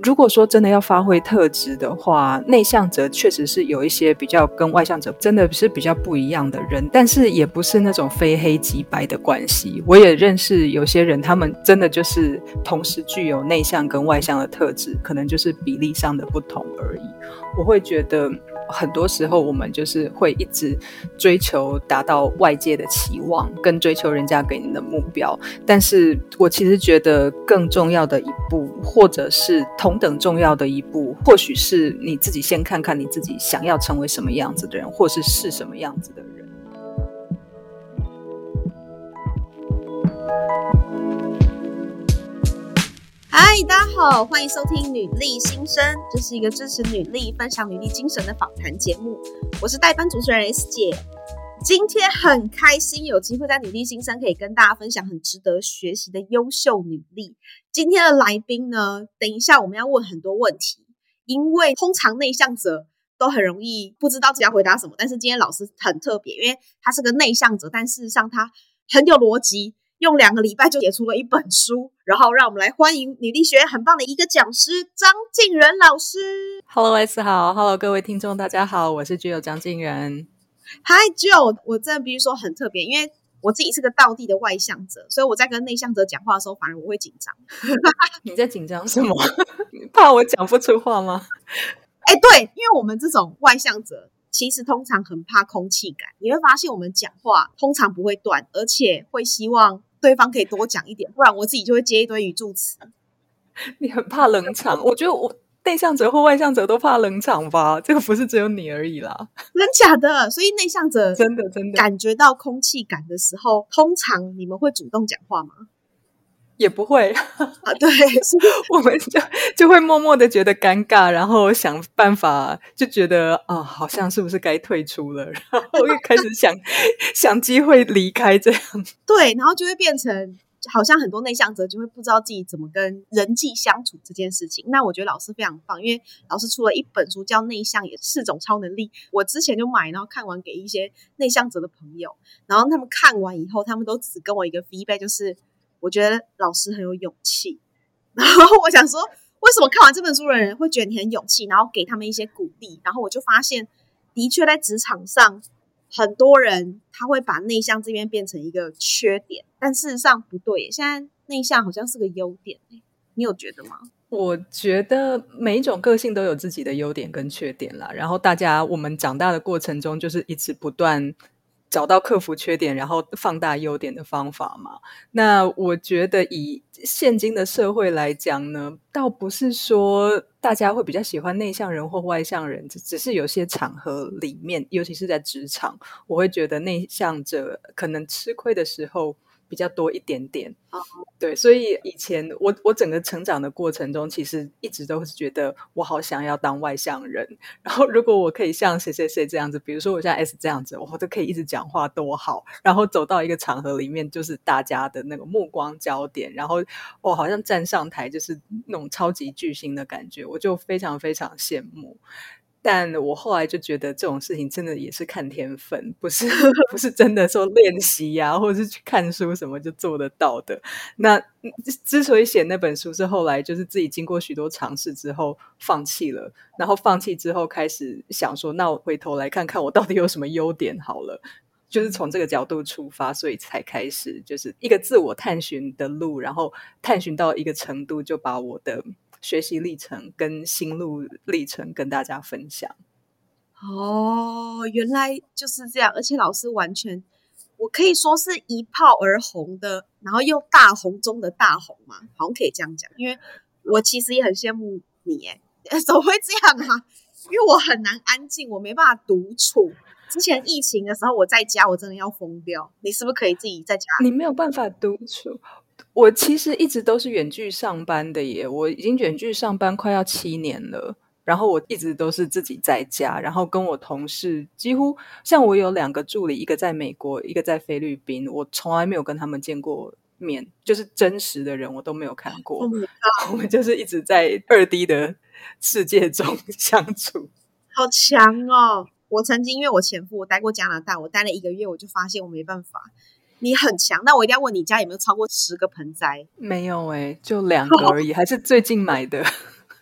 如果说真的要发挥特质的话，内向者确实是有一些比较跟外向者真的是比较不一样的人，但是也不是那种非黑即白的关系。我也认识有些人，他们真的就是同时具有内向跟外向的特质，可能就是比例上的不同而已。我会觉得很多时候我们就是会一直追求达到外界的期望，跟追求人家给你的目标，但是我其实觉得更重要的一步，或者是同等重要的一步，或许是你自己先看看你自己想要成为什么样子的人，或是什么样子的人。 嗨，大家好，欢迎收听女力新生，这是一个支持女力、分享女力精神的访谈节目。我是代班主持人 S 姐，今天很开心有机会在女力新生可以跟大家分享很值得学习的优秀女力。今天的来宾呢，等一下我们要问很多问题，因为通常内向者都很容易不知道自己要回答什么，但是今天老师很特别，因为他是个内向者，但事实上他很有逻辑，用2个礼拜就写出了一本书。然后让我们来欢迎女力学院很棒的一个讲师张敬仁老师。 Hello S 好 Hello 各位听众大家好，我是Jill张敬仁。 Hi Jill， 我真的必须说很特别，因为我自己是个道地的外向者，所以我在跟内向者讲话的时候反而我会紧张。 你在紧张什么？怕我讲不出话吗？ 对，因为我们这种外向者其实通常很怕空气感，你会发现我们讲话通常不会断，而且会希望对方可以多讲一点，不然我自己就会接一堆语助词。 你很怕冷场，我觉得我内向者或外向者都怕冷场吧，这个不是只有你而已啦。 真假的？所以内向者真的感觉到空气感的时候，通常你们会主动讲话吗？ 也不会对， 我们就会默默的觉得尴尬，然后想办法，就觉得好像是不是该退出了，然后又开始想机会离开这样。 对，然后就会变成好像很多内向者就会不知道自己怎么跟人际相处这件事情。那我觉得老师非常棒，因为老师出了一本书叫《内向也是种超能力》，我之前就买，然后看完给一些内向者的朋友，然后他们看完以后，他们都只跟我一个 feedback， 就是我觉得老师很有勇气。然后我想说，为什么看完这本书的人会觉得你很勇气，然后给他们一些鼓励。然后我就发现的确在职场上很多人他会把内向这边变成一个缺点，但事实上不对，现在内向好像是个优点，你有觉得吗？ 我觉得每一种个性都有自己的优点跟缺点啦，然后我们长大的过程中就是一直不断找到克服缺点然后放大优点的方法嘛。那我觉得以现今的社会来讲呢，倒不是说大家会比较喜欢内向人或外向人，只是有些场合里面，尤其是在职场，我会觉得内向者可能吃亏的时候比较多一点点。对，所以以前我整个成长的过程中，其实一直都是觉得我好想要当外向人，然后如果我可以像谁谁谁这样子，比如说我像 S 这样子，我都可以一直讲话多好，然后走到一个场合里面，就是大家的那个目光焦点，然后我好像站上台就是那种超级巨星的感觉，我就非常非常羡慕。但我后来就觉得这种事情真的也是看天分，不是真的说练习啊，或者是去看书什么就做得到的。那之所以写那本书是后来就是自己经过许多尝试之后放弃了，然后放弃之后开始想说，那我回头来看看我到底有什么优点好了，就是从这个角度出发，所以才开始就是一个自我探寻的路，然后探寻到一个程度，就把我的学习历程跟心路历程跟大家分享。 原来就是这样，而且老师完全我可以说是一炮而红的，然后又大红中的大红嘛，好像可以这样讲。因为我其实也很羡慕你怎么会这样啊？因为我很难安静，我没办法独处。之前疫情的时候我在家我真的要疯掉，你是不是可以自己在家？ 你没有办法独处。我其实一直都是远距上班的耶，我已经远距上班快要7年了，然后我一直都是自己在家，然后跟我同事几乎像我有2个助理，一个在美国一个在菲律宾，我从来没有跟他们见过面，就是真实的人我都没有看过。我们就是一直在2D 的世界中相处。 好强哦！我曾经因为我前夫我待过加拿大，我待了1个月，我就发现我没办法。你很强，那我一定要问你家有没有超过10个盆栽？ 没有就2个而已，还是最近买的。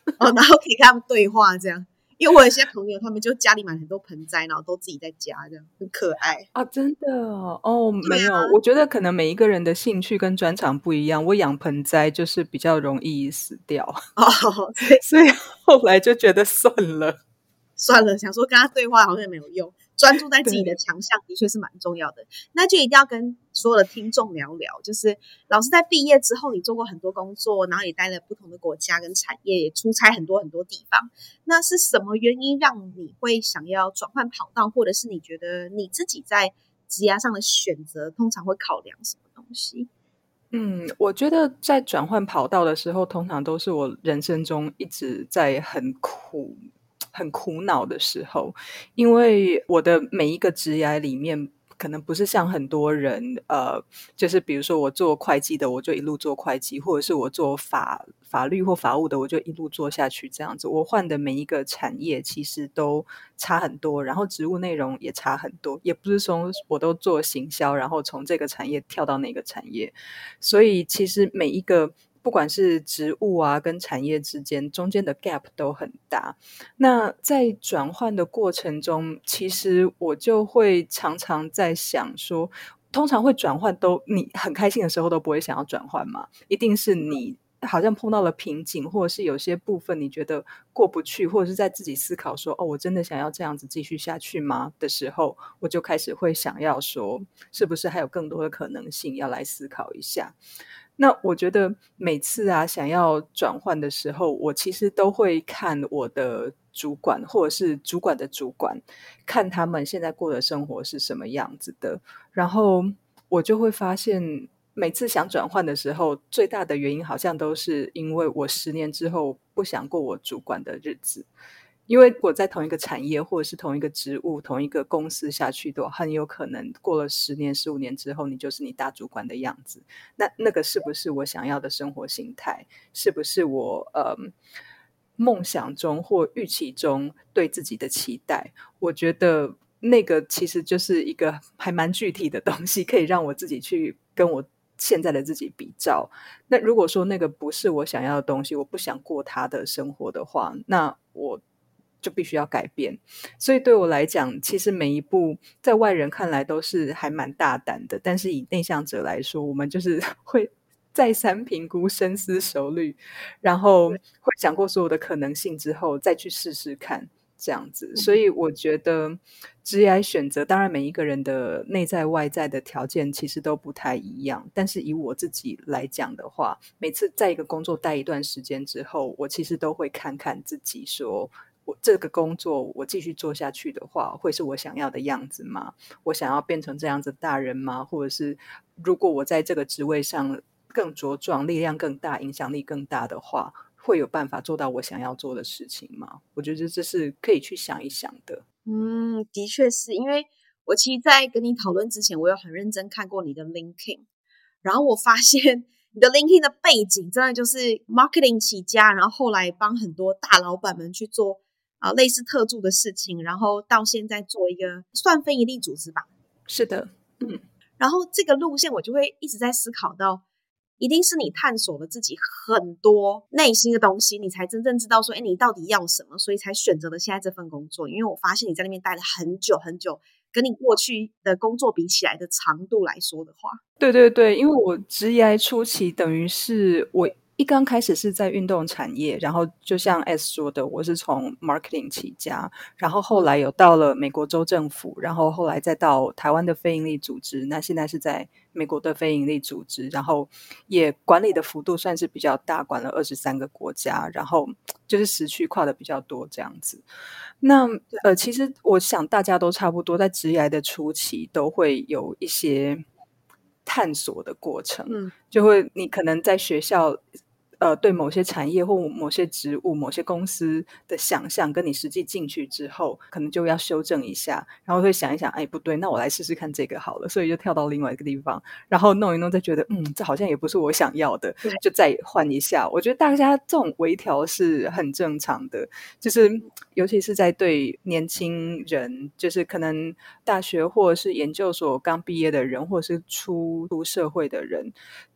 然后可以跟他们对话这样。因为我有些朋友，他们就家里买很多盆栽，然后都自己在家，这样很可爱。 啊，真的哦，没有，我觉得可能每一个人的兴趣跟专长不一样。我养盆栽就是比较容易死掉， 哦，所以所以后来就觉得算了。 算了，想说跟他对话好像也没有用，专注在自己的对， 强项的确是蛮重要的。那就一定要跟所有的听众聊聊，就是老师在毕业之后，你做过很多工作，然后也待了不同的国家跟产业，也出差很多很多地方。那是什么原因让你会想要转换跑道，或者是你觉得你自己在职涯上的选择，通常会考量什么东西？ 我觉得在转换跑道的时候，通常都是我人生中一直在很苦恼的时候，因为我的每一个职涯里面，可能不是像很多人，就是比如说我做会计的，我就一路做会计，或者是我做法律或法务的，我就一路做下去这样子。我换的每一个产业其实都差很多，然后职务内容也差很多，也不是说我都做行销，然后从这个产业跳到那个产业。所以其实每一个不管是职务啊跟产业之间中间的 gap 都很大。那在转换的过程中，其实我就会常常在想说，通常会转换都你很开心的时候都不会想要转换嘛，一定是你好像碰到了瓶颈，或者是有些部分你觉得过不去，或者是在自己思考说，哦，我真的想要这样子继续下去吗的时候，我就开始会想要说，是不是还有更多的可能性要来思考一下。那我觉得每次啊想要转换的时候，我其实都会看我的主管或者是主管的主管，看他们现在过的生活是什么样子的，然后我就会发现，每次想转换的时候，最大的原因好像都是因为我10年之后不想过我主管的日子。因为我在同一个产业或者是同一个职务、同一个公司下去的话，很有可能过了10年、15年之后，你就是你大主管的样子。那个是不是我想要的生活形态？是不是我梦想中或预期中对自己的期待？我觉得那个其实就是一个还蛮具体的东西，可以让我自己去跟我现在的自己比照。那如果说那个不是我想要的东西，我不想过他的生活的话，那我就必须要改变。所以对我来讲，其实每一步在外人看来都是还蛮大胆的，但是以内向者来说，我们就是会再三评估、深思熟虑，然后会想过所有的可能性之后，再去试试看。这样子，所以我觉得职业选择，当然每一个人的内在外在的条件其实都不太一样，但是以我自己来讲的话，每次在一个工作待一段时间之后，我其实都会看看自己说，我这个工作我继续做下去的话，会是我想要的样子吗？我想要变成这样子的大人吗？或者是如果我在这个职位上更茁壮、力量更大、影响力更大的话，会有办法做到我想要做的事情吗？我觉得这是可以去想一想的。 的确是因为我其实，在跟你讨论之前，我有很认真看过你的 LinkedIn，然后我发现你的 LinkedIn 的背景真的就是 marketing 起家，然后后来帮很多大老板们去做类似特助的事情，然后到现在做一个算非营利组织吧。 是的， 然后这个路线我就会一直在思考到，一定是你探索了自己很多内心的东西，你才真正知道说，你到底要什么，所以才选择了现在这份工作。因为我发现你在那边待了很久很久，跟你过去的工作比起来的长度来说的话， 对对对，因为我职涯初期等于是我一刚开始是在运动产业，然后就像 S 说的，我是从 marketing 起家，然后后来有到了美国州政府，然后后来再到台湾的非营利组织，那现在是在美国的非营利组织，然后也管理的幅度算是比较大，管了23个国家，然后就是时区跨的比较多这样子。那其实我想大家都差不多，在职涯的初期都会有一些探索的过程，就会你可能在学校对某些产业或某些职务、某些公司的想象，跟你实际进去之后，可能就要修正一下，然后会想一想，哎，不对，那我来试试看这个好了，所以就跳到另外一个地方，然后弄一弄，再觉得这好像也不是我想要的，就再换一下。我觉得大家这种微调是很正常的，就是尤其是在对年轻人，就是可能大学或者是研究所刚毕业的人，或者是初入社会的人，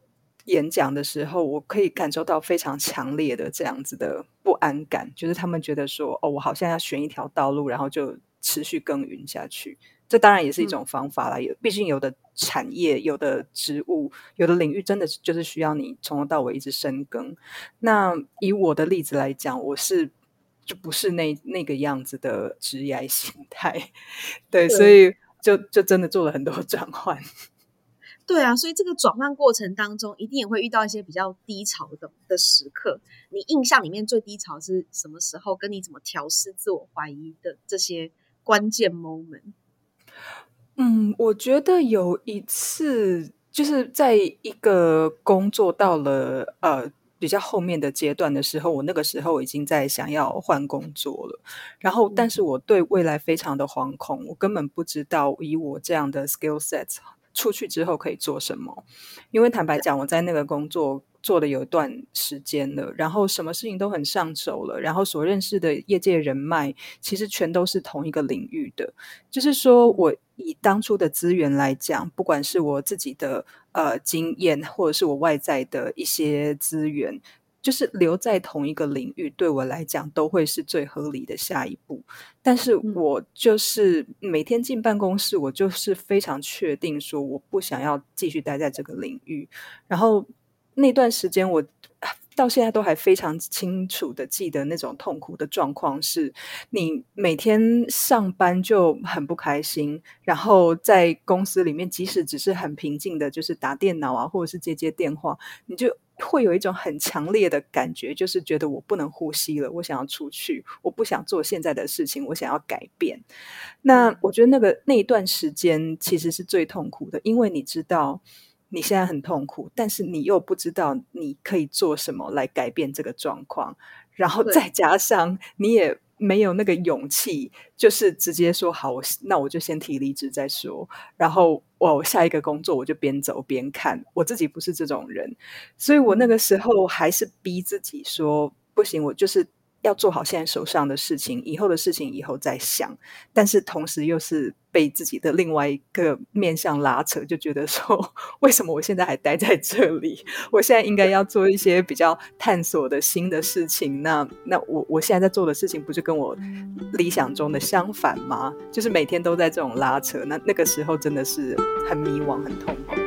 演讲的时候，我可以感受到非常强烈的这样子的不安感，就是他们觉得说，哦，我好像要选一条道路，然后就持续耕耘下去。这当然也是一种方法啦，毕竟有的产业、有的职务、有的领域，真的就是需要你从头到尾一直深耕。那以我的例子来讲，就不是那个样子的职业心态，对，所以就真的做了很多转换。 对啊，所以这个转换过程当中，一定也会遇到一些比较低潮的时刻。你印象里面最低潮是什么时候？跟你怎么调试自我怀疑的这些关键 moment？ 我觉得有一次就是在一个工作到了比较后面的阶段的时候，我那个时候已经在想要换工作了，然后但是我对未来非常的惶恐，我根本不知道以我这样的 skill set 出去之后可以做什么。因为坦白讲，我在那个工作做了有一段时间了，然后什么事情都很上手了，然后所认识的业界人脉其实全都是同一个领域的，就是说我以当初的资源来讲，不管是我自己的经验，或者是我外在的一些资源，就是留在同一个领域，对我来讲都会是最合理的下一步。但是我就是每天进办公室，我就是非常确定说我不想要继续待在这个领域。然后那段时间我到现在都还非常清楚的记得那种痛苦的状况是，你每天上班就很不开心，然后在公司里面即使只是很平静的就是打电脑啊，或者是接电话，你就会有一种很强烈的感觉，就是觉得我不能呼吸了，我想要出去，我不想做现在的事情，我想要改变。那我觉得那一段时间其实是最痛苦的，因为你知道你现在很痛苦，但是你又不知道你可以做什么来改变这个状况，然后再加上你也没有那个勇气，就是直接说好，那我就先提离职再说，然后我下一个工作我就边走边看，我自己不是这种人，所以我那个时候还是逼自己说不行，我就是要做好现在手上的事情，以后的事情以后再想，但是同时又是被自己的另外一个面向拉扯，就觉得说为什么我现在还待在这里，我现在应该要做一些比较探索的新的事情，那我现在在做的事情不就跟我理想中的相反吗？就是每天都在这种拉扯，那个时候真的是很迷惘很痛苦。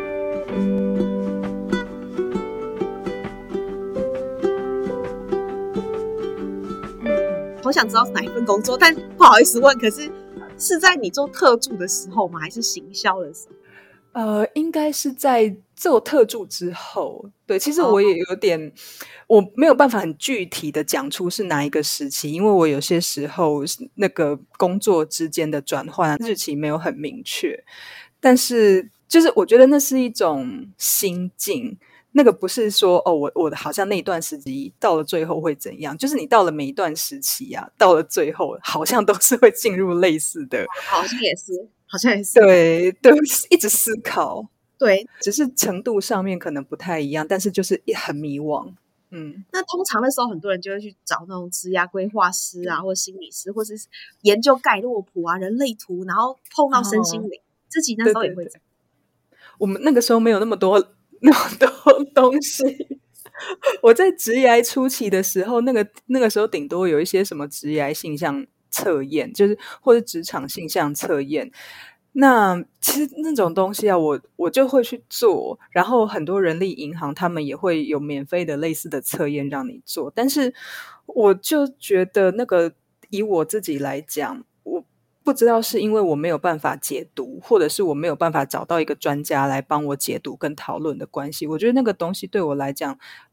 好想知道是哪一份工作，但不好意思问，可是是在你做特助的时候吗？还是行销的时候？ 应该是在做特助之后。对，其实我也有点，我没有办法很具体的讲出是哪一个时期，因为我有些时候那个工作之间的转换日期没有很明确，但是就是我觉得那是一种心境。那个不是说哦，我好像那一段时期到了最后会怎样，就是你到了每一段时期啊，到了最后好像都是会进入类似的， 好像也是，好像也是， 对，一直思考， 对， 只是程度上面可能不太一样，但是就是很迷惘。 那通常那时候很多人就会去找那种职涯规划师啊，或者心理师，或是研究盖洛普啊、人类图，然后碰到身心灵，自己那时候也会。 对，我们那个时候没有那么多东西。我在职涯初期的时候，那个时候顶多有一些什么职涯性向测验，就是或者职场性向测验。那其实那种东西啊，我就会去做，然后很多人力银行他们也会有免费的类似的测验让你做，但是我就觉得那个以我自己来讲，我不知道是因为我没有办法解读，或者是我没有办法找到一个专家来帮我解读跟讨论的关系，我觉得那个东西对我来讲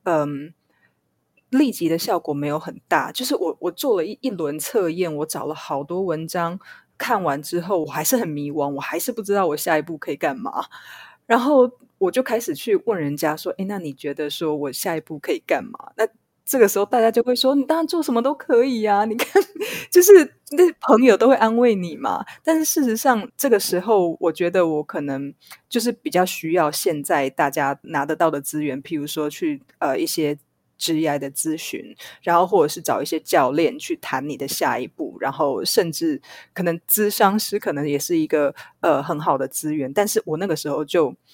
立即的效果没有很大，就是我做了一轮测验，我找了好多文章，看完之后我还是很迷惘，我还是不知道我下一步可以干嘛，然后我就开始去问人家说，那你觉得说我下一步可以干嘛？那这个时候大家就会说，你当然做什么都可以啊，你看就是那朋友都会安慰你嘛。但是事实上这个时候我觉得我可能就是比较需要现在大家拿得到的资源，譬如说去一些职业的咨询，然后或者是找一些教练去谈你的下一步，然后甚至可能咨商师可能也是一个很好的资源，但是我那个时候就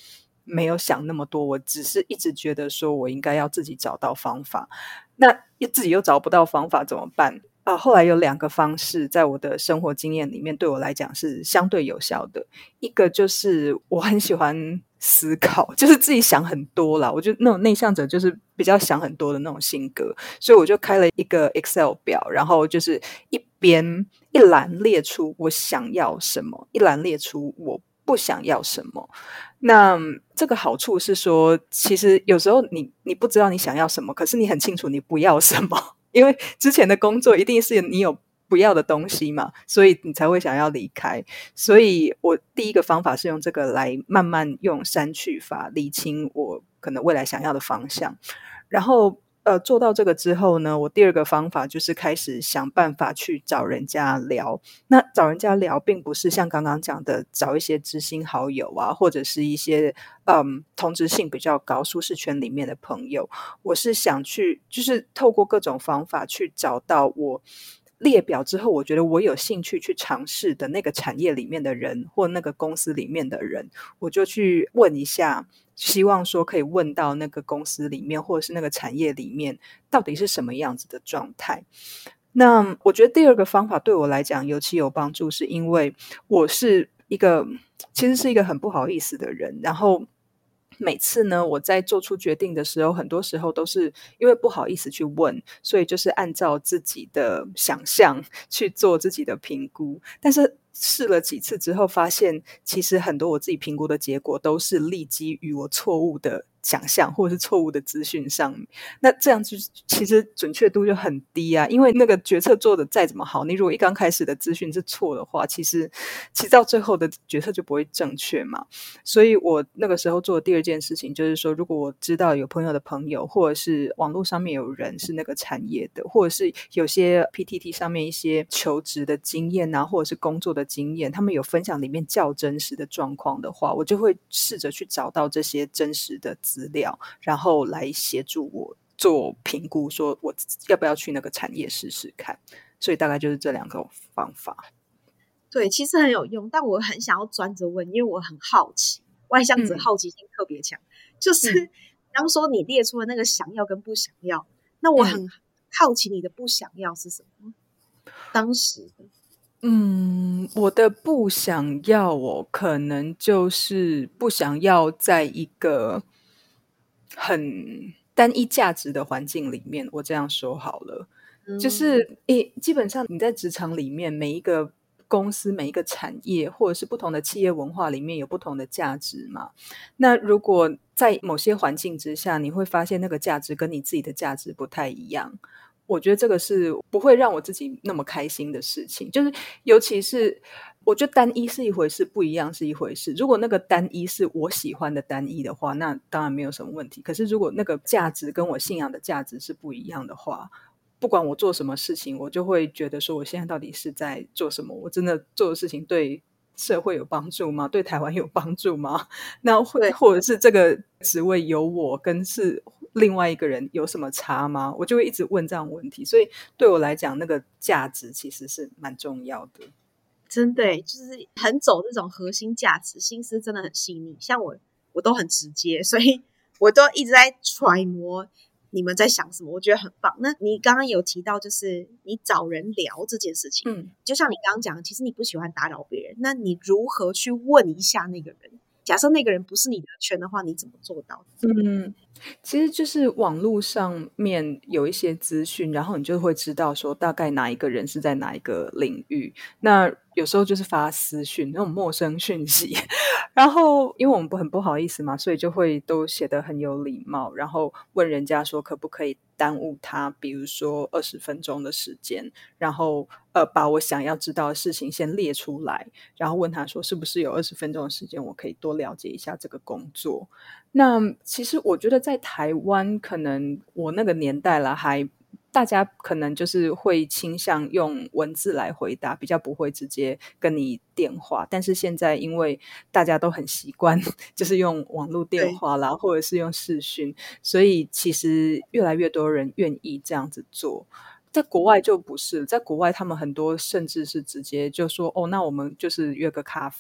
没有想那么多，我只是一直觉得说我应该要自己找到方法。那自己又找不到方法怎么办？后来有2个方式在我的生活经验里面对我来讲是相对有效的。一个就是我很喜欢思考，就是自己想很多啦，我觉得那种内向者就是比较想很多的那种性格，所以我就开了一个 Excel 表，然后就是一栏列出我想要什么，一栏列出我不想要什么。那这个好处是说，其实有时候你不知道你想要什么，可是你很清楚你不要什么，因为之前的工作一定是你有不要的东西嘛，所以你才会想要离开。所以我第一个方法是用这个来慢慢用删去法理清我可能未来想要的方向。然后做到这个之后呢，我第2个方法就是开始想办法去找人家聊。那找人家聊并不是像刚刚讲的找一些知心好友啊，或者是一些同质性比较高舒适圈里面的朋友，我是想去就是透过各种方法去找到我列表之后我觉得我有兴趣去尝试的那个产业里面的人或那个公司里面的人，我就去问一下，希望说可以问到那个公司里面或者是那个产业里面到底是什么样子的状态。那我觉得第2个方法对我来讲尤其有帮助，是因为我是其实是一个很不好意思的人，然后每次呢我在做出决定的时候，很多时候都是因为不好意思去问，所以就是按照自己的想象去做自己的评估。但是试了几次之后发现，其实很多我自己评估的结果都是立基于我错误的想象或者是错误的资讯上。那这样就其实准确度就很低啊，因为那个决策做的再怎么好，你如果一刚开始的资讯是错的话，其实到最后的决策就不会正确嘛。所以我那个时候做的第2件事情就是说，如果我知道有朋友的朋友，或者是网络上面有人是那个产业的，或者是有些 PTT 上面一些求职的经验啊，或者是工作的经验，他们有分享里面较真实的状况的话，我就会试着去找到这些真实的资料，然后来协助我做评估，说我要不要去那个产业试试看。所以大概就是这2个方法。 对，其实很有用，但我很想要专责问，因为我很好奇，外向者好奇心特别强。就是刚说你列出了那个想要跟不想要，那我很好奇你的不想要是什么？当时的我的不想要可能就是不想要在一个很单一价值的环境里面，我这样说好了。就是基本上你在职场里面，每一个公司每一个产业或者是不同的企业文化里面有不同的价值嘛。那如果在某些环境之下，你会发现那个价值跟你自己的价值不太一样，我觉得这个是不会让我自己那么开心的事情。就是尤其是我觉得单一是一回事，不一样是一回事。如果那个单一是我喜欢的单一的话，那当然没有什么问题。可是如果那个价值跟我信仰的价值是不一样的话，不管我做什么事情，我就会觉得说我现在到底是在做什么，我真的做的事情对社会有帮助吗？对台湾有帮助吗？那或者是这个职位有我跟是另外一个人有什么差吗？我就会一直问这样的问题。所以对我来讲，那个价值其实是蛮重要的。 真的就是很走这种核心价值，心思真的很细腻。像我都很直接，所以我都一直在揣摩你们在想什么，我觉得很棒。那你刚刚有提到就是你找人聊这件事情，就像你刚刚讲的，其实你不喜欢打扰别人，那你如何去问一下那个人？假设那个人不是你的圈的话，你怎么做到？ 其实就是网络上面有一些资讯，然后你就会知道说大概哪一个人是在哪一个领域。那有时候就是发私讯那种陌生讯息，然后因为我们很不好意思嘛，所以就会都写得很有礼貌，然后问人家说可不可以耽误他比如说20分钟的时间，然后把我想要知道的事情先列出来，然后问他说是不是有20分钟的时间我可以多了解一下这个工作。那其实我觉得在台湾可能我那个年代了大家可能就是会倾向用文字来回答，比较不会直接跟你电话。但是现在因为大家都很习惯就是用网络电话啦，或者是用视讯，所以其实越来越多人愿意这样子做。在国外就不是，在国外他们很多甚至是直接就说那我们就是约个咖啡，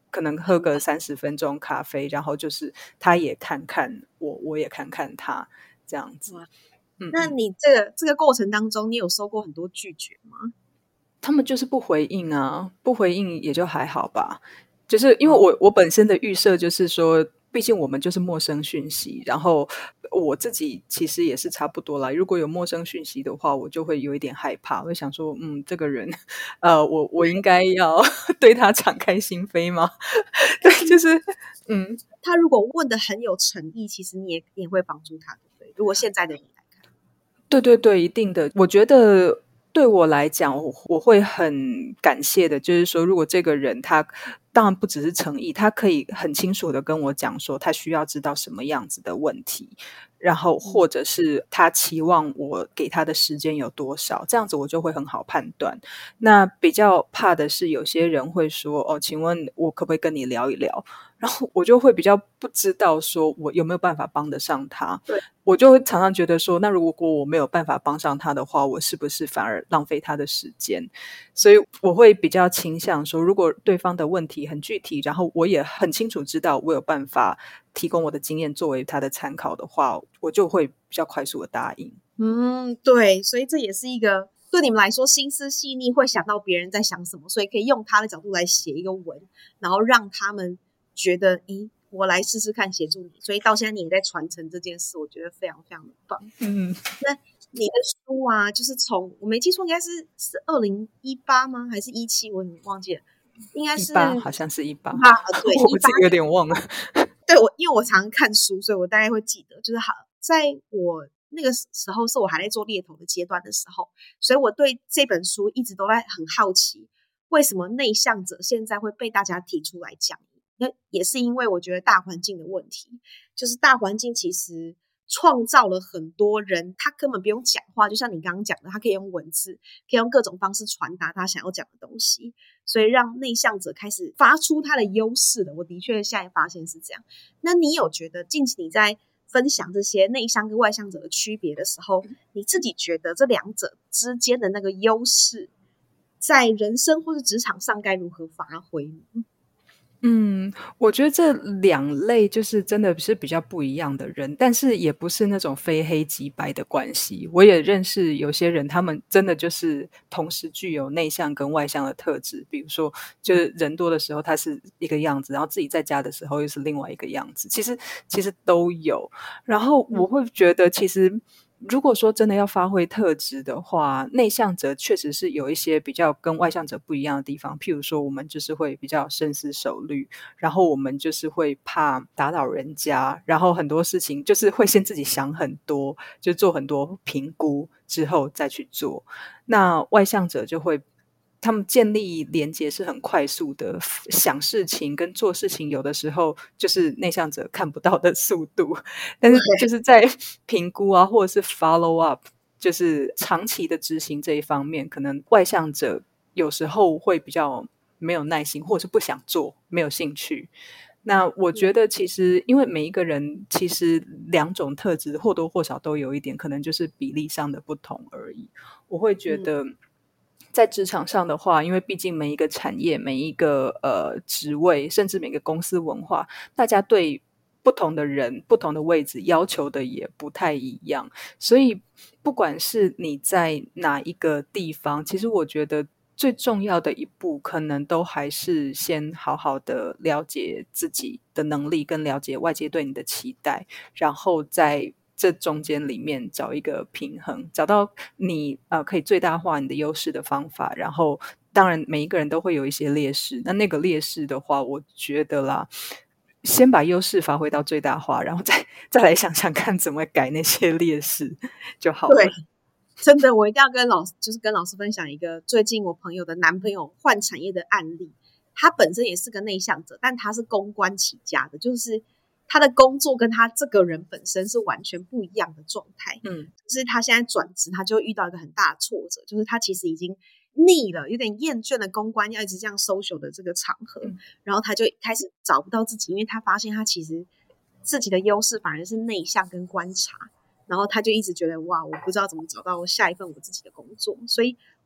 可能喝个30分钟咖啡，然后就是他也看看我，我也看看他，这样子。 那你这个过程当中，你有收过很多拒绝吗？ 他们就是不回应啊，不回应也就还好吧。就是因为我本身的预设就是说，毕竟我们就是陌生讯息，然后我自己其实也是差不多啦。如果有陌生讯息的话，我就会有一点害怕，我会想说，这个人，我应该要对他敞开心扉吗？对，就是他如果问的很有诚意，其实你也会帮助他，对不对？如果现在的你来看， 对对对，一定的。我觉得对我来讲，我会很感谢的，就是说，如果这个人他当然不只是诚意，他可以很清楚的跟我讲说，他需要知道什么样子的问题，然后或者是他期望我给他的时间有多少，这样子我就会很好判断。那比较怕的是有些人会说，哦，请问我可不可以跟你聊一聊？然后我就会比较不知道说我有没有办法帮得上他。 对， 我就会常常觉得说，那如果我没有办法帮上他的话，我是不是反而浪费他的时间？所以我会比较倾向说，如果对方的问题很具体，然后我也很清楚知道我有办法提供我的经验作为他的参考的话，我就会比较快速的答应。 对，所以这也是一个对你们来说心思细腻，会想到别人在想什么，所以可以用他的角度来写一个文，然后让他们觉得，我来试试看协助你。所以到现在你也在传承这件事，我觉得非常非常的棒。那你的书啊，就是从我没记错，应该是2018吗？还是17？我忘记了，应该是 18，好像是18， 对， 我自己有点忘了。 对，因为我常看书，所以我大概会记得，就是在我那个时候是我还在做猎头的阶段的时候，所以我对这本书一直都在很好奇，为什么内向者现在会被大家提出来讲？那也是因为我觉得大环境的问题，就是大环境其实创造了很多人，他根本不用讲话，就像你刚刚讲的，他可以用文字，可以用各种方式传达他想要讲的东西，所以让内向者开始发出他的优势了。我的确现在发现是这样。那你有觉得近期你在分享这些内向跟外向者的区别的时候，你自己觉得这两者之间的那个优势，在人生或是职场上该如何发挥呢？ 我觉得这两类就是真的是比较不一样的人，但是也不是那种非黑即白的关系。我也认识有些人，他们真的就是同时具有内向跟外向的特质。比如说，就是人多的时候他是一个样子，然后自己在家的时候又是另外一个样子。其实都有。然后我会觉得，其实如果说真的要发挥特质的话，内向者确实是有一些比较跟外向者不一样的地方。譬如说，我们就是会比较深思熟虑，然后我们就是会怕打扰人家，然后很多事情就是会先自己想很多，就做很多评估之后再去做。那外向者就会他们建立连结是很快速的，想事情跟做事情有的时候就是内向者看不到的速度，但是就是在评估啊或者是 follow up， 就是长期的执行这一方面，可能外向者有时候会比较没有耐心，或者是不想做，没有兴趣。那我觉得其实因为每一个人其实两种特质或多或少都有一点，可能就是比例上的不同而已。我会觉得在职场上的话，因为毕竟每一个产业、每一个职位，甚至每个公司文化，大家对不同的人、不同的位置要求的也不太一样，所以不管是你在哪一个地方，其实我觉得最重要的一步，可能都还是先好好的了解自己的能力，跟了解外界对你的期待，然后在这中间里面找一个平衡，找到你可以最大化你的优势的方法。然后当然每一个人都会有一些劣势，那个劣势的话，我觉得啦，先把优势发挥到最大化，然后再来想想看怎么改那些劣势就好了。 对，真的，我一定要跟老师分享一个最近我朋友的男朋友换产业的案例。他本身也是个内向者，但他是公关起家的，就是他的工作跟他这个人本身是完全不一样的状态。就是他现在转职，他就遇到一个很大的挫折，就是他其实已经腻了，有点厌倦了公关要一直这样 social 的这个场合，然后他就开始找不到自己，因为他发现他其实自己的优势反而是内向跟观察，然后他就一直觉得哇，我不知道怎么找到下一份我自己的工作。所以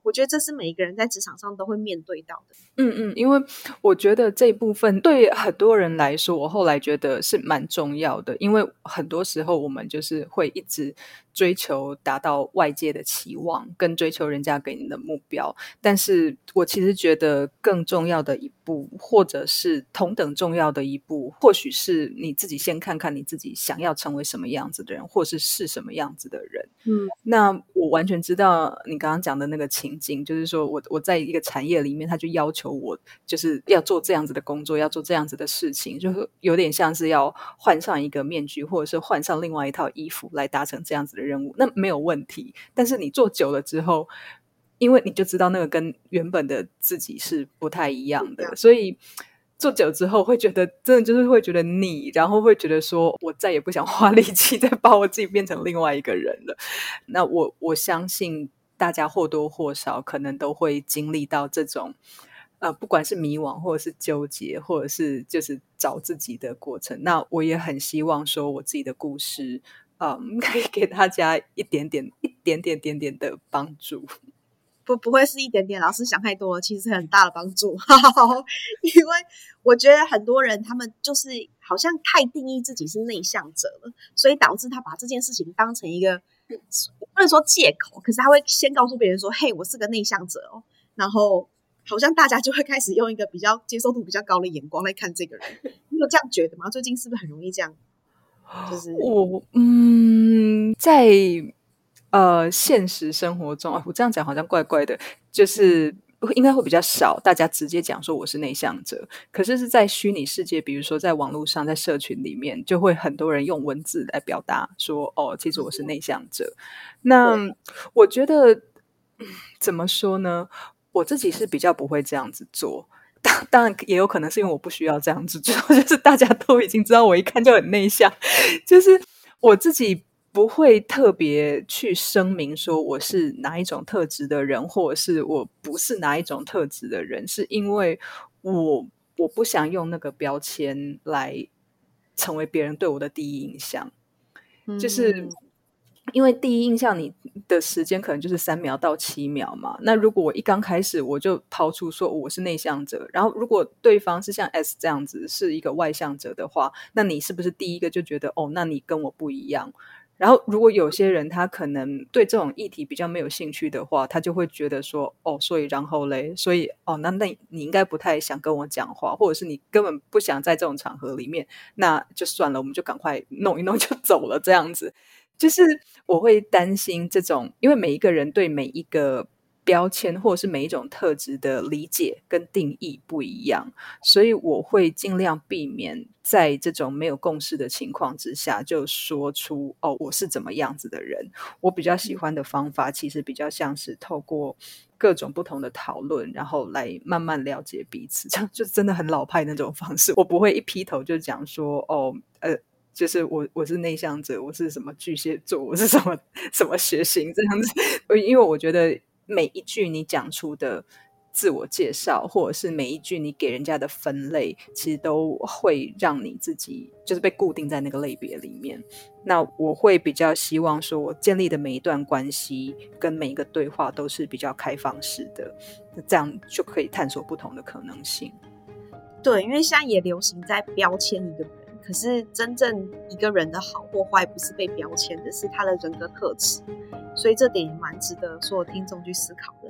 我觉得这是每一个人在职场上都会面对到的。 因为我觉得这一部分对很多人来说，我后来觉得是蛮重要的，因为很多时候我们就是会一直追求达到外界的期望，跟追求人家给你的目标。但是我其实觉得更重要的一步，或者是同等重要的一步，或许是你自己先看看你自己想要成为什么样子的人，或是什么样子的人。那我完全知道你刚刚讲的那个情境，就是说我在一个产业里面，他就要求我就是要做这样子的工作，要做这样子的事情，就是有点像是要换上一个面具，或者是换上另外一套衣服来达成这样子的任务，那没有问题。但是你做久了之后，因为你就知道那个跟原本的自己是不太一样的，所以做久之后会觉得真的就是会觉得腻，然后会觉得说我再也不想花力气再把我自己变成另外一个人了。那我相信大家或多或少可能都会经历到这种不管是迷惘或者是纠结，或者是就是找自己的过程。那我也很希望说我自己的故事可以给大家一点点的帮助。 不会是一点点，老师想太多了，其实是很大的帮助。因为我觉得很多人他们就是好像太定义自己是内向者了，所以导致他把这件事情当成一个不能说借口，可是他会先告诉别人说嘿，我是个内向者哦，然后好像大家就会开始用一个比较接受度比较高的眼光来看这个人。你有这样觉得吗？最近是不是很容易这样？就是我在现实生活中我这样讲好像怪怪的，就是应该会比较少大家直接讲说我是内向者，可是在虚拟世界，比如说在网络上，在社群里面，就会很多人用文字来表达说其实我是内向者。那我觉得怎么说呢，我自己是比较不会这样子做，当然也有可能是因为我不需要这样子做，就是大家都已经知道我一看就很内向，就是我自己不会特别去声明说我是哪一种特质的人，或者是我不是哪一种特质的人，是因为我不想用那个标签来成为别人对我的第一印象，就是因为第一印象你的时间可能就是3秒到7秒嘛，那如果我一刚开始我就抛出说我是内向者，然后如果对方是像 S 这样子是一个外向者的话，那你是不是第一个就觉得那你跟我不一样？然后如果有些人他可能对这种议题比较没有兴趣的话，他就会觉得说所以然后嘞，所以那你应该不太想跟我讲话，或者是你根本不想在这种场合里面，那就算了，我们就赶快弄一弄就走了这样子。就是我会担心这种，因为每一个人对每一个标签或者是每一种特质的理解跟定义不一样，所以我会尽量避免在这种没有共识的情况之下就说出我是怎么样子的人。我比较喜欢的方法其实比较像是透过各种不同的讨论，然后来慢慢了解彼此，这样就真的很老派那种方式。我不会一劈头就讲说就是我是内向者，我是什么巨蟹座，我是什么血型这样子。因为我觉得每一句你讲出的自我介绍，或者是每一句你给人家的分类，其实都会让你自己就是被固定在那个类别里面。那我会比较希望说我建立的每一段关系跟每一个对话都是比较开放式的，这样就可以探索不同的可能性。 对，因为现在也流行在标签一个人，可是真正一个人的好或坏不是被标签的，是他的人格特质，所以这点也蛮值得所有听众去思考的。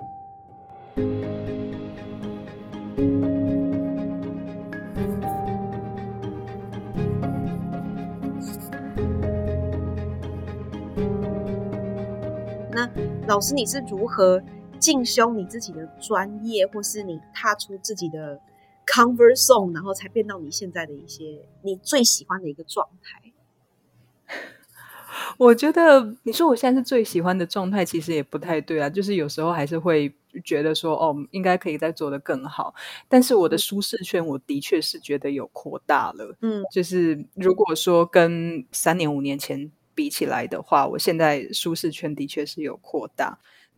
那老师，你是如何进修你自己的专业，或是你踏出自己的 comfort zone， 然后才变到你现在的一些你最喜欢的一个状态？ 我觉得你说我现在是最喜欢的状态，其实也不太对啊，就是有时候还是会觉得说应该可以再做得更好，但是我的舒适圈我的确是觉得有扩大了。就是如果说跟3年5年前比起来的话，我现在舒适圈的确是有扩大。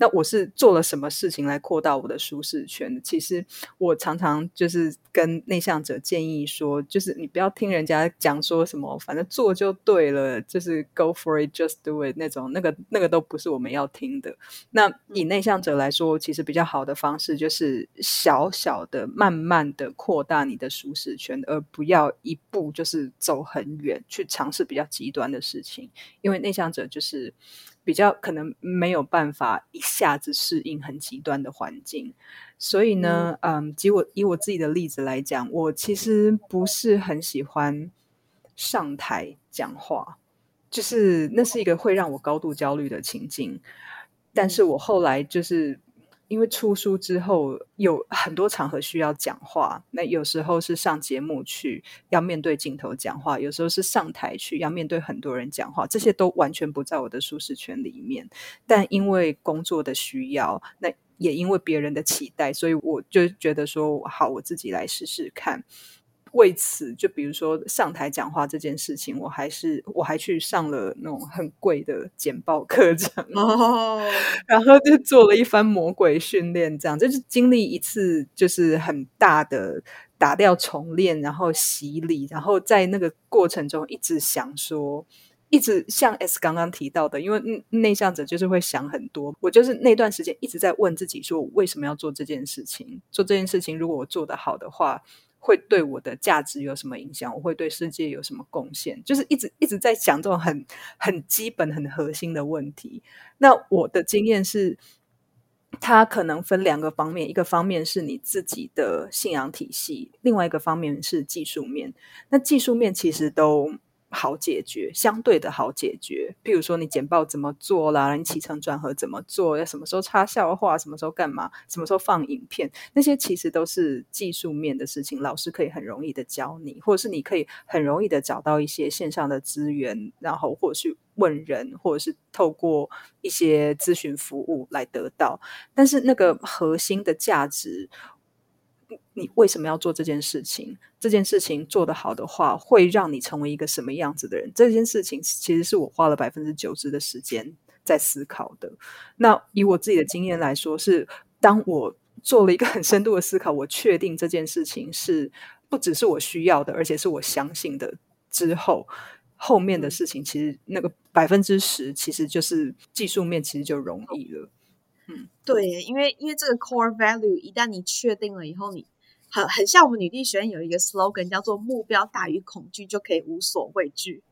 那我是做了什么事情来扩大我的舒适圈？其实我常常就是跟内向者建议说，就是你不要听人家讲说什么反正做就对了，就是 go for it just do it 那种，那个都不是我们要听的。那以内向者来说，其实比较好的方式就是小小的慢慢的扩大你的舒适圈，而不要一步就是走很远去尝试比较极端的事情。因为内向者就是比较可能没有办法一下子适应很极端的环境。所以呢以我自己的例子来讲，我其实不是很喜欢上台讲话，就是那是一个会让我高度焦虑的情境。但是我后来就是因为出书之后有很多场合需要讲话，那有时候是上节目去要面对镜头讲话，有时候是上台去要面对很多人讲话，这些都完全不在我的舒适圈里面。但因为工作的需要，那也因为别人的期待，所以我就觉得说好，我自己来试试看。为此就比如说上台讲话这件事情，我还去上了那种很贵的简报课程然后就做了一番魔鬼训练，这样就是经历一次就是很大的打掉重练，然后洗礼，然后在那个过程中一直想说一直像 S 刚刚提到的，因为内向者就是会想很多，我就是那段时间一直在问自己说我为什么要做这件事情，做这件事情如果我做得好的话会对我的价值有什么影响，我会对世界有什么贡献，就是一直在想这种很基本很核心的问题。那我的经验是它可能分两个方面，一个方面是你自己的信仰体系，另外一个方面是技术面。那技术面其实都好解决，相对的好解决。譬如说你简报怎么做啦，你起承转合怎么做，要什么时候插笑话，什么时候干嘛，什么时候放影片，那些其实都是技术面的事情，老师可以很容易的教你，或者是你可以很容易的找到一些线上的资源，然后或者是问人，或者是透过一些咨询服务来得到。但是那个核心的价值，你为什么要做这件事情？这件事情做得好的话，会让你成为一个什么样子的人？这件事情其实是我花了90%的时间在思考的。那以我自己的经验来说，是当我做了一个很深度的思考，我确定这件事情是不只是我需要的，而且是我相信的之后，后面的事情其实那个10%其实就是技术面，其实就容易了。 对，因为这个 core value 一旦你确定了以后，你很像我们女力学院有一个 slogan 叫做目标大于恐惧就可以无所畏惧。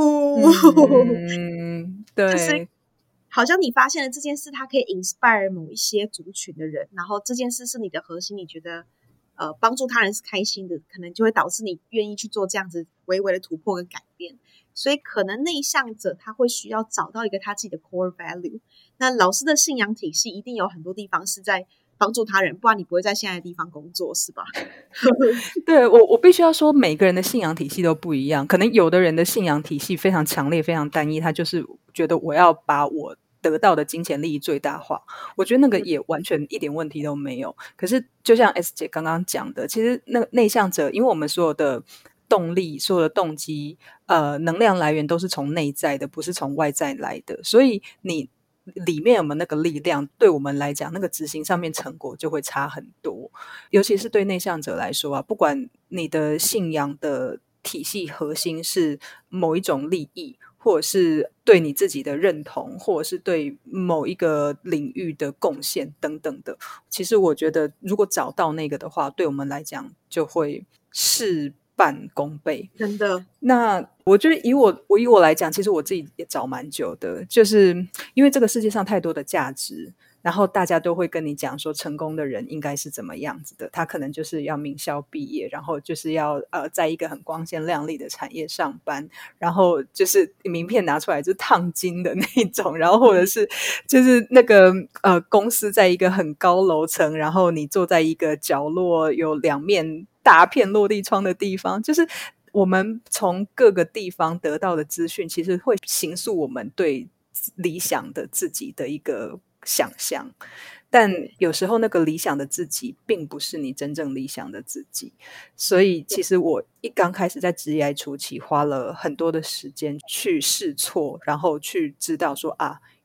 就是对， 好像你发现了这件事它可以 inspire 某一些族群的人，然后这件事是你的核心，你觉得帮助他人是开心的，可能就会导致你愿意去做这样子微微的突破跟改变。所以可能内向者他会需要找到一个他自己的 core value。那老师的信仰体系一定有很多地方是在帮助他人，不然你不会在现在的地方工作，是吧？ 对，我必须要说，每个人的信仰体系都不一样。可能有的人的信仰体系非常强烈、非常单一，他就是觉得我要把我得到的金钱利益最大化。我觉得那个也完全一点问题都没有。可是，就像 S 姐刚刚讲的，其实那个内向者，因为我们所有的动力、所有的动机、能量来源都是从内在的，不是从外在来的，所以你里面有没有那个力量，对我们来讲，那个执行上面成果就会差很多。尤其是对内向者来说啊，不管你的信仰的体系核心是某一种利益，或者是对你自己的认同，或者是对某一个领域的贡献等等的，其实我觉得如果找到那个的话，对我们来讲就会事半功倍。 真的。 那我觉得以我来讲，其实我自己也找蛮久的，就是因为这个世界上太多的价值，然后大家都会跟你讲说成功的人应该是怎么样子的，他可能就是要名校毕业，然后就是要在一个很光鲜亮丽的产业上班，然后就是名片拿出来就是烫金的那种，然后或者是就是那个公司在一个很高楼层，然后你坐在一个角落有两面大片落地窗的地方，就是我们从各个地方得到的资讯，其实会形塑我们对理想的自己的一个想象。但有时候那个理想的自己并不是你真正理想的自己，所以其实我一刚开始在职业初期花了很多的时间去试错，然后去知道说啊，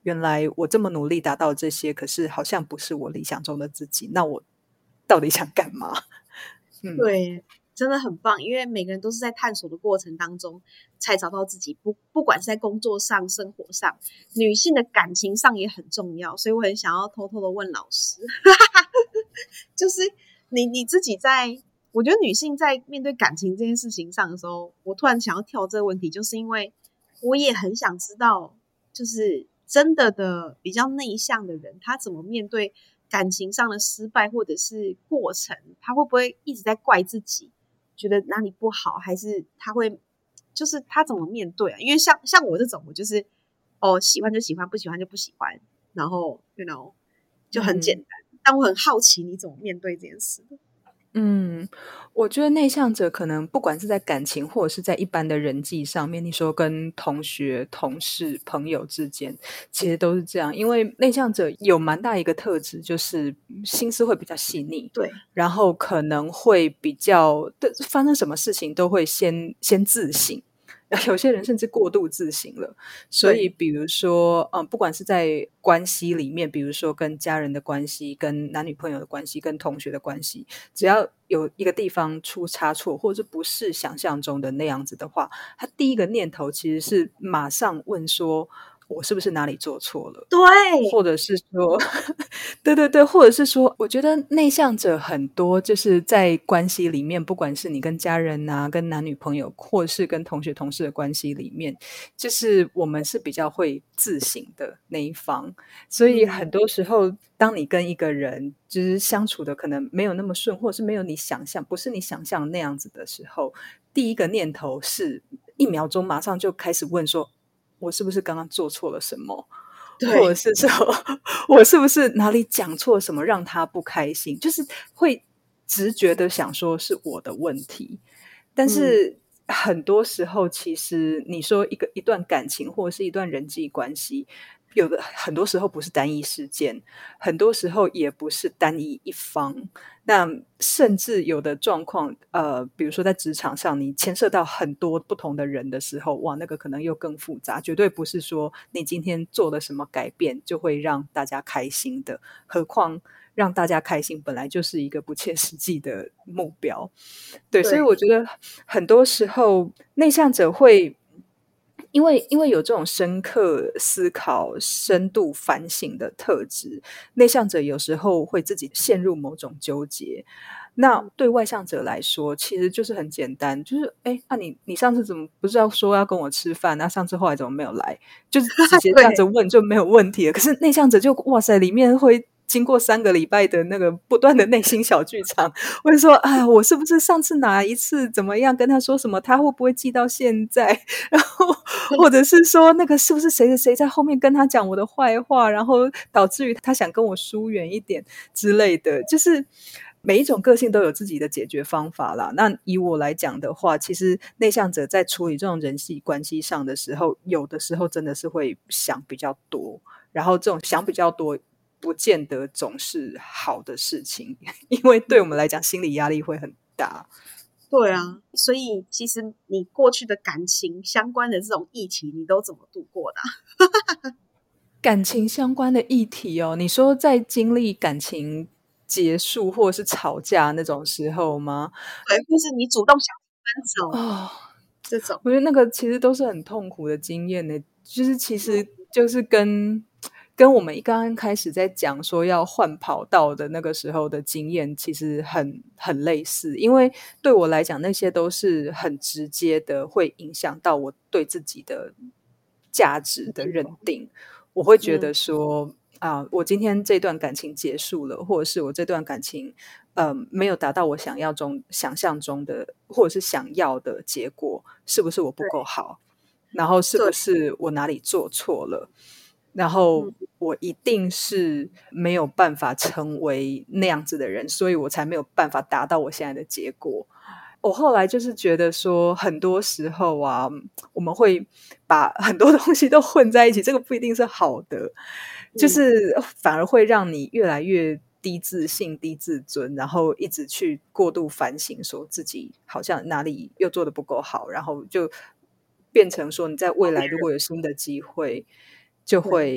原来我这么努力达到这些，可是好像不是我理想中的自己，那我到底想干嘛？ 对，真的很棒，因为每个人都是在探索的过程当中才找到自己，不管是在工作上、生活上，女性的感情上也很重要，所以我很想要偷偷的问老师，就是你自己在，我觉得女性在面对感情这件事情上的时候，我突然想要跳这个问题，就是因为我也很想知道，就是真的比较内向的人，他怎么面对感情上的失败或者是过程，他会不会一直在怪自己，觉得哪里不好，还是他会就是他怎么面对啊？因为像我这种，我就是喜欢就喜欢，不喜欢就不喜欢，然后就很简单。但我很好奇你怎么面对这件事的。 我觉得内向者可能不管是在感情或者是在一般的人际上面，你说跟同学、同事、朋友之间，其实都是这样。因为内向者有蛮大一个特质，就是心思会比较细腻， 对， 然后可能会比较发生什么事情都会先自省。有些人甚至过度自省了，所以比如说，不管是在关系里面，比如说跟家人的关系、跟男女朋友的关系、跟同学的关系，只要有一个地方出差错，或者不是想象中的那样子的话，他第一个念头其实是马上问说：“我是不是哪里做错了？” 对， 或者是说对对对，或者是说，我觉得内向者很多，就是在关系里面，不管是你跟家人啊、跟男女朋友，或是跟同学同事的关系里面，就是我们是比较会自省的那一方，所以很多时候，当你跟一个人就是相处的可能没有那么顺，或者是没有你想象，不是你想象那样子的时候，第一个念头是1秒钟马上就开始问说：我是不是刚刚做错了什么？或者对， 是说我是不是哪里讲错什么让他不开心，就是会直觉的想说是我的问题。但是很多时候其实你说一段感情或者是一段人际关系，有的很多时候不是单一事件，很多时候也不是单一一方，那甚至有的状况，比如说在职场上，你牵涉到很多不同的人的时候，哇，那个可能又更复杂，绝对不是说你今天做了什么改变就会让大家开心的，何况让大家开心本来就是一个不切实际的目标。对，所以我觉得很多时候内向者会因为有这种深刻思考、深度反省的特质，内向者有时候会自己陷入某种纠结。那对外向者来说，其实就是很简单，就是那你上次怎么不是要说要跟我吃饭？那上次后来怎么没有来？就是直接这样子问就没有问题了。可是内向者就哇塞，里面会经过3个礼拜的那个不断的内心小剧场，会说哎，我是不是上次哪一次怎么样跟他说什么，他会不会记到现在？然后或者是说那个是不是谁谁谁在后面跟他讲我的坏话，然后导致于他想跟我疏远一点之类的，就是每一种个性都有自己的解决方法啦。那以我来讲的话，其实内向者在处理这种人际关系上的时候，有的时候真的是会想比较多，然后这种想比较多不见得总是好的事情，因为对我们来讲心理压力会很大。 对啊，所以其实你过去的感情相关的这种议题，你都怎么度过的感情相关的议题哦，你说在经历感情结束或者是吵架那种时候吗？ 对，或是你主动想分手哦， 这种， 我觉得那个其实都是很痛苦的经验呢，就是其实就是跟我们刚刚开始在讲说要换跑道的那个时候的经验，其实很类似。因为对我来讲，那些都是很直接的，会影响到我对自己的价值的认定。我会觉得说我今天这段感情结束了，或者是我这段感情没有达到我想象中的或者是想要的结果，是不是我不够好？然后是不对， 是我哪里做错了？然后我一定是没有办法成为那样子的人，所以我才没有办法达到我现在的结果。我后来就是觉得说，很多时候啊，我们会把很多东西都混在一起，这个不一定是好的，就是反而会让你越来越低自信、低自尊，然后一直去过度反省，说自己好像哪里又做得不够好，然后就变成说你在未来如果有新的机会，就会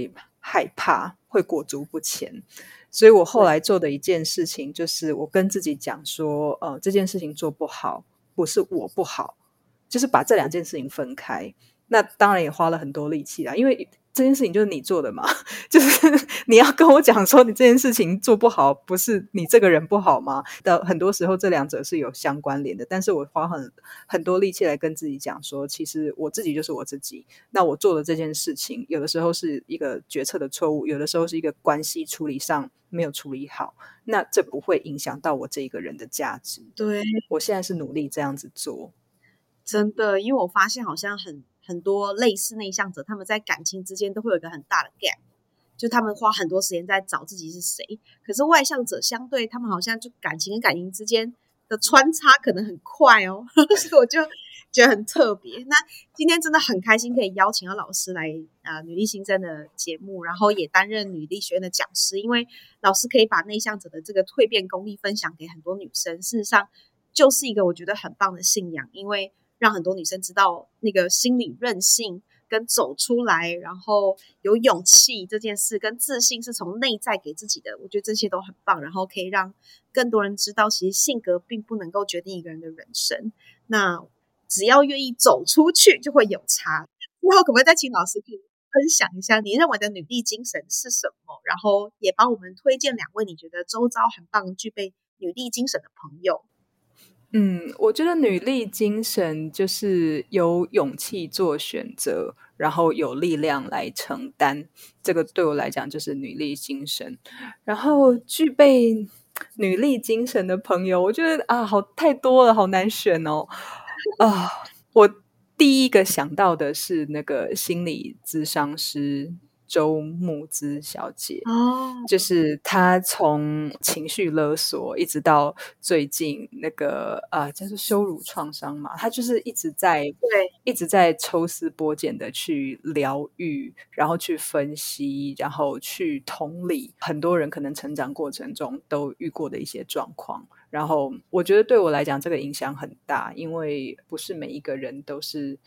害怕会裹足不前。所以我后来做的一件事情就是我跟自己讲说这件事情做不好不是我不好，就是把这两件事情分开。那当然也花了很多力气啦，因为这件事情就是你做的嘛，就是你要跟我讲说你这件事情做不好不是你这个人不好吗？的很多时候这两者是有相关联的，但是我花很多力气来跟自己讲说其实我自己就是我自己，那我做的这件事情有的时候是一个决策的错误，有的时候是一个关系处理上没有处理好，那这不会影响到我这一个人的价值。 对， 我现在是努力这样子做。 真的，因为我发现好像很多类似内向者，他们在感情之间都会有一个很大的 gap， 就他们花很多时间在找自己是谁。可是外向者相对他们好像就感情跟感情之间的穿插可能很快哦，所以我就觉得很特别。那今天真的很开心可以邀请到老师来女力新生的节目，然后也担任女力学院的讲师，因为老师可以把内向者的这个蜕变功力分享给很多女生，事实上就是一个我觉得很棒的信仰，因为让很多女生知道那个心理韧性跟走出来，然后有勇气这件事跟自信是从内在给自己的，我觉得这些都很棒，然后可以让更多人知道其实性格并不能够决定一个人的人生，那只要愿意走出去就会有差。然后可不可以再请老师可以分享一下你认为的女力精神是什么，然后也帮我们推荐2位你觉得周遭很棒具备女力精神的朋友。 我觉得女力精神就是有勇气做选择，然后有力量来承担，这个对我来讲就是女力精神。然后具备女力精神的朋友，我觉得太多了，好难选哦。我第一个想到的是那个心理咨商师周慕姿小姐，就是她从情绪勒索一直到最近那个叫做羞辱创伤嘛，她就是一直在抽丝剥茧的去疗愈，然后去分析，然后去同理很多人可能成长过程中都遇过的一些状况。然后我觉得对我来讲这个影响很大，因为不是每一个人都是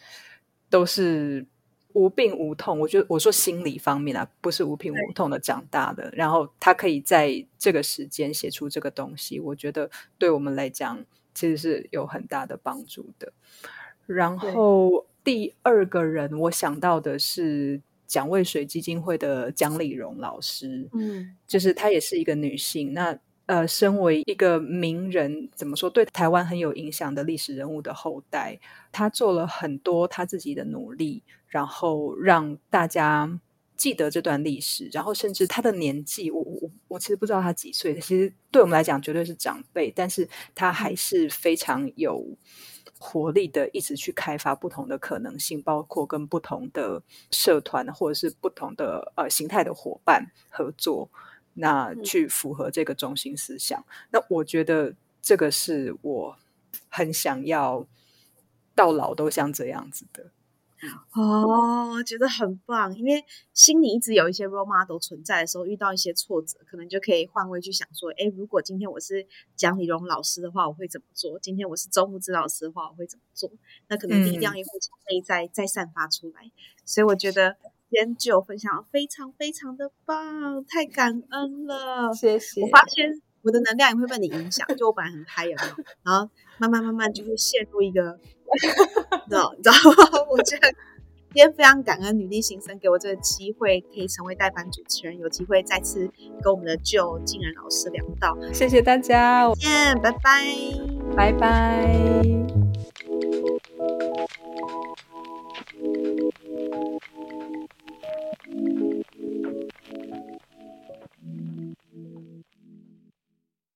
无病无痛，我说心理方面不是无病无痛的长大的，然后他可以在这个时间写出这个东西，我觉得对我们来讲其实是有很大的帮助的。然后第二个人我想到的是蒋渭水基金会的蒋理蓉老师，就是她也是一个女性，那身为一个名人，怎么说，对台湾很有影响的历史人物的后代，他做了很多他自己的努力，然后让大家记得这段历史，然后甚至他的年纪，我其实不知道他几岁，其实对我们来讲绝对是长辈，但是他还是非常有活力的一直去开发不同的可能性，包括跟不同的社团或者是不同的形态的伙伴合作，那去符合这个中心思想。那我觉得这个是我很想要到老都像这样子的。 我觉得很棒，因为心里一直有一些 role model 存在的时候，遇到一些挫折可能就可以换位去想说，如果今天我是蒋理蓉老师的话我会怎么做，今天我是周慕姿老师的话我会怎么做，那可能力量也会从内在再散发出来。所以我觉得今天就分享非常非常的棒，太感恩了， 谢谢。 我发现我的能量也会被你影响，就我本来很嗨，有没有？然后慢慢就会陷入一个你知道吗？我觉得今天非常感恩女力新生给我这个机会，可以成为代班主持人，有机会再次跟我们的静人老师聊到。 谢谢大家， 再见，拜拜， 拜拜。